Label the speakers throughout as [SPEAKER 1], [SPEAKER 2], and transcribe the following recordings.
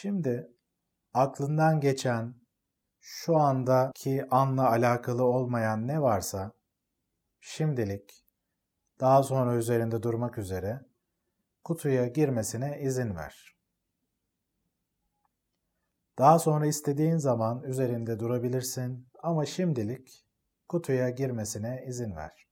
[SPEAKER 1] Şimdi aklından geçen, şu andaki anla alakalı olmayan ne varsa şimdilik daha sonra üzerinde durmak üzere kutuya girmesine izin ver. Daha sonra istediğin zaman üzerinde durabilirsin ama şimdilik kutuya girmesine izin ver.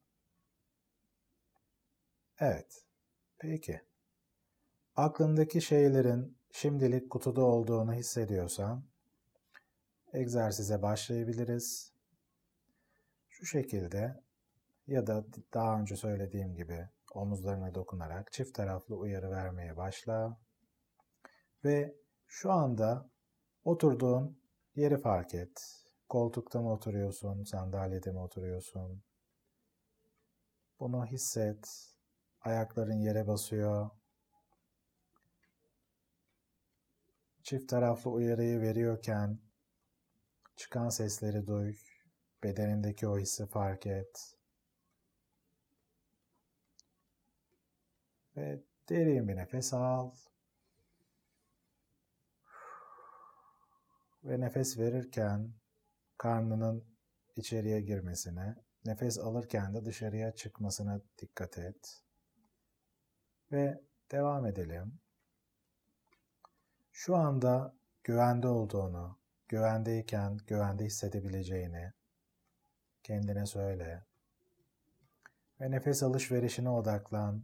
[SPEAKER 1] Evet, peki. Aklındaki şeylerin şimdilik kutuda olduğunu hissediyorsan egzersize başlayabiliriz. Şu şekilde ya da daha önce söylediğim gibi omuzlarına dokunarak çift taraflı uyarı vermeye başla. Ve şu anda oturduğun yeri fark et. Koltukta mı oturuyorsun, sandalyede mi oturuyorsun? Bunu hisset. Ayakların yere basıyor. Çift taraflı uyarıyı veriyorken çıkan sesleri duy. Bedenindeki o hissi fark et. Ve derin bir nefes al. Ve nefes verirken karnının içeriye girmesine, nefes alırken de dışarıya çıkmasına dikkat et. Ve devam edelim. Şu anda güvende olduğunu, güvendeyken güvende hissedebileceğini kendine söyle. Ve nefes alışverişine odaklan.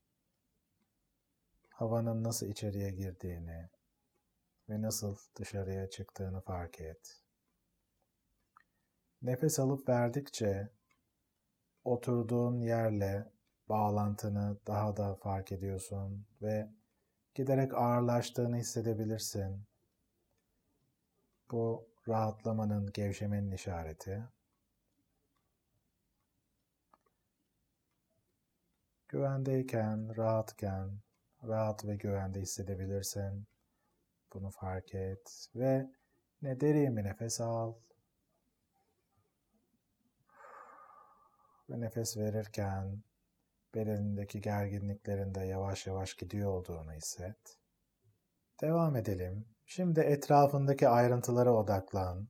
[SPEAKER 1] Havanın nasıl içeriye girdiğini ve nasıl dışarıya çıktığını fark et. Nefes alıp verdikçe oturduğun yerle bağlantını daha da fark ediyorsun ve giderek ağırlaştığını hissedebilirsin. Bu rahatlamanın, gevşemenin işareti. Güvendeyken, rahatken, rahat ve güvende hissedebilirsin. Bunu fark et ve derin bir nefes al. Ve nefes verirken bedenindeki gerginliklerin de yavaş yavaş gidiyor olduğunu hisset. Devam edelim. Şimdi etrafındaki ayrıntılara odaklan.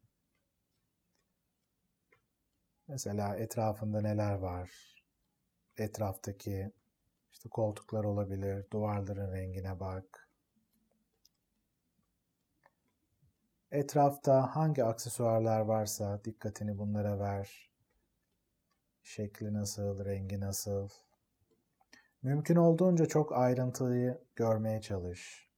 [SPEAKER 1] Mesela etrafında neler var? Etraftaki koltuklar olabilir, duvarların rengine bak. Etrafta hangi aksesuarlar varsa dikkatini bunlara ver. Şekli nasıl, rengi nasıl? Mümkün olduğunca çok ayrıntıyı görmeye çalış.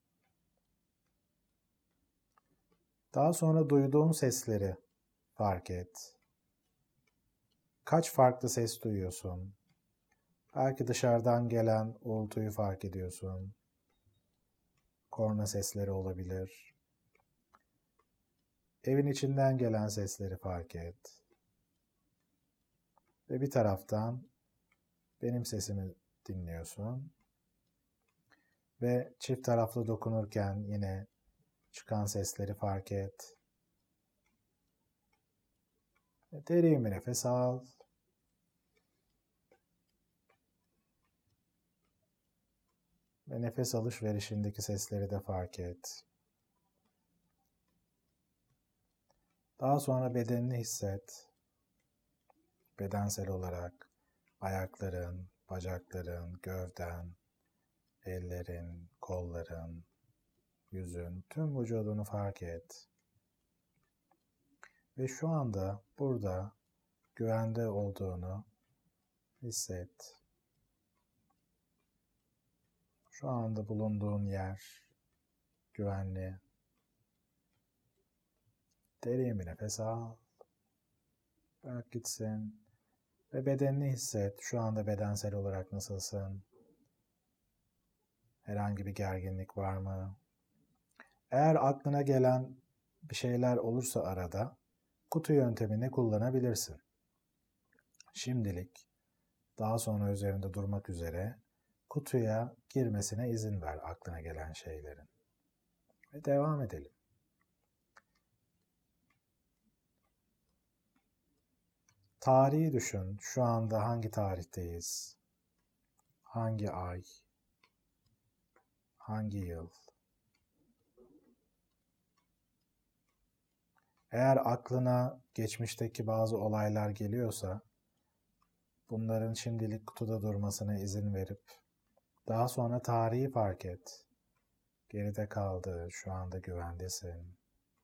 [SPEAKER 1] Daha sonra duyduğun sesleri fark et. Kaç farklı ses duyuyorsun? Belki dışarıdan gelen uğultuyu fark ediyorsun. Korna sesleri olabilir. Evin içinden gelen sesleri fark et. Ve bir taraftan benim sesimi dinliyorsun. Ve çift taraflı dokunurken yine çıkan sesleri fark et. Derin bir nefes al. Ve nefes alışverişindeki sesleri de fark et. Daha sonra bedenini hisset. Bedensel olarak ayakların, bacakların, gövden, ellerin, kolların, yüzün, tüm vücudunu fark et. Ve şu anda burada güvende olduğunu hisset. Şu anda bulunduğun yer güvenli. Derin bir nefes al. Bırak gitsin. Ve bedenini hisset. Şu anda bedensel olarak nasılsın? Herhangi bir gerginlik var mı? Eğer aklına gelen bir şeyler olursa arada kutu yöntemini kullanabilirsin. Şimdilik daha sonra üzerinde durmak üzere kutuya girmesine izin ver aklına gelen şeylerin. Ve devam edelim. Tarihi düşün. Şu anda hangi tarihteyiz? Hangi ay? Hangi yıl? Eğer aklına geçmişteki bazı olaylar geliyorsa, bunların şimdilik kutuda durmasına izin verip, daha sonra tarihi fark et. Geride kaldı, şu anda güvendesin.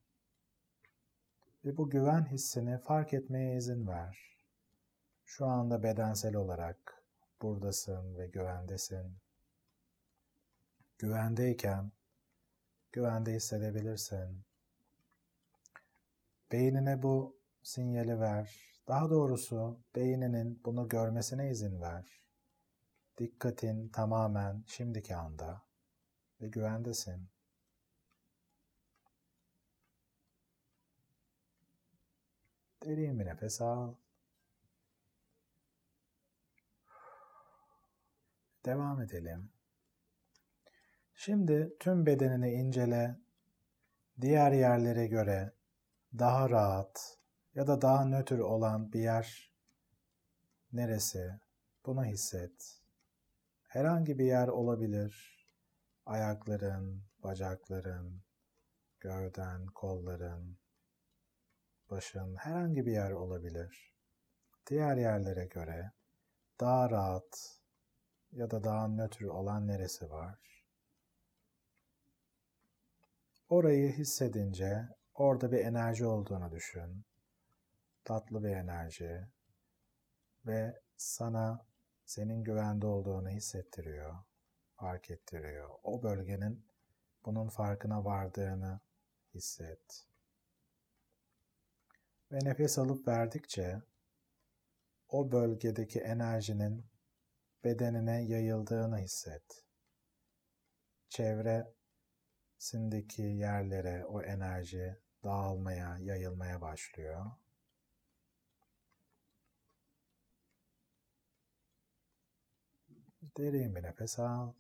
[SPEAKER 1] Ve bu güven hissini fark etmeye izin ver. Şu anda bedensel olarak buradasın ve güvendesin. Güvendeyken güvende hissedebilirsin. Beynine bu sinyali ver. Daha doğrusu beyninin bunu görmesine izin ver. Dikkatin tamamen şimdiki anda ve güvendesin. Derin bir nefes al. Devam edelim. Şimdi tüm bedenini incele. Diğer yerlere göre daha rahat ya da daha nötr olan bir yer neresi? Bunu hisset. Herhangi bir yer olabilir. Ayakların, bacakların, gövden, kolların, başın, herhangi bir yer olabilir. Diğer yerlere göre daha rahat ya da daha nötr olan neresi var? Orayı hissedince orada bir enerji olduğunu düşün. Tatlı bir enerji ve sana senin güvende olduğunu hissettiriyor, fark ettiriyor. O bölgenin bunun farkına vardığını hisset. Ve nefes alıp verdikçe o bölgedeki enerjinin bedenine yayıldığını hisset. Çevresindeki yerlere o enerji dağılmaya, yayılmaya başlıyor. Derin bir nefes al.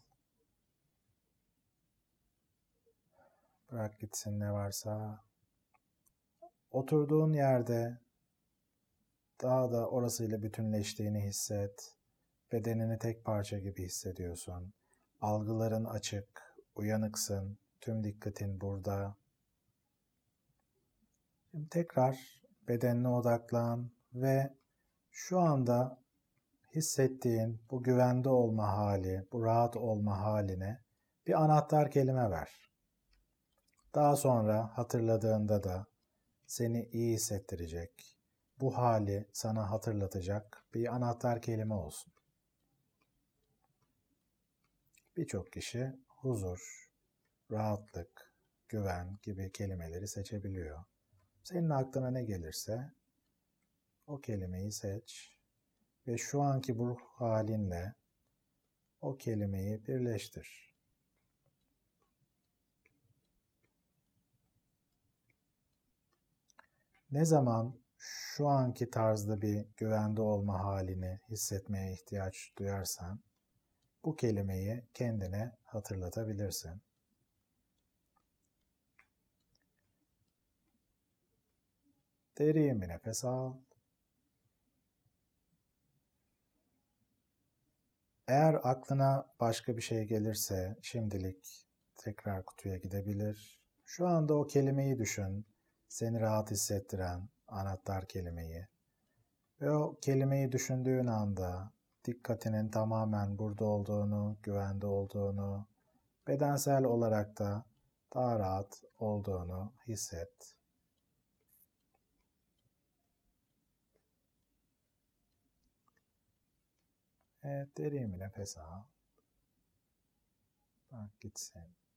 [SPEAKER 1] Bırak gitsin ne varsa. Oturduğun yerde daha da orasıyla bütünleştiğini hisset. Bedenini tek parça gibi hissediyorsun. Algıların açık, uyanıksın. Tüm dikkatin burada. Şimdi tekrar bedenine odaklan ve şu anda hissettiğin bu güvende olma hali, bu rahat olma haline bir anahtar kelime ver. Daha sonra hatırladığında da seni iyi hissettirecek, bu hali sana hatırlatacak bir anahtar kelime olsun. Birçok kişi huzur, rahatlık, güven gibi kelimeleri seçebiliyor. Senin aklına ne gelirse o kelimeyi seç ve şu anki bu halinle o kelimeyi birleştir. Ne zaman şu anki tarzda bir güvende olma halini hissetmeye ihtiyaç duyarsan, bu kelimeyi kendine hatırlatabilirsin. Derin bir nefes al. Eğer aklına başka bir şey gelirse şimdilik tekrar kutuya gidebilir. Şu anda o kelimeyi düşün. Seni rahat hissettiren anahtar kelimeyi. Ve o kelimeyi düşündüğün anda dikkatinin tamamen burada olduğunu, güvende olduğunu, bedensel olarak da daha rahat olduğunu hisset. Evet, derin bir nefes al. Bak gitsin.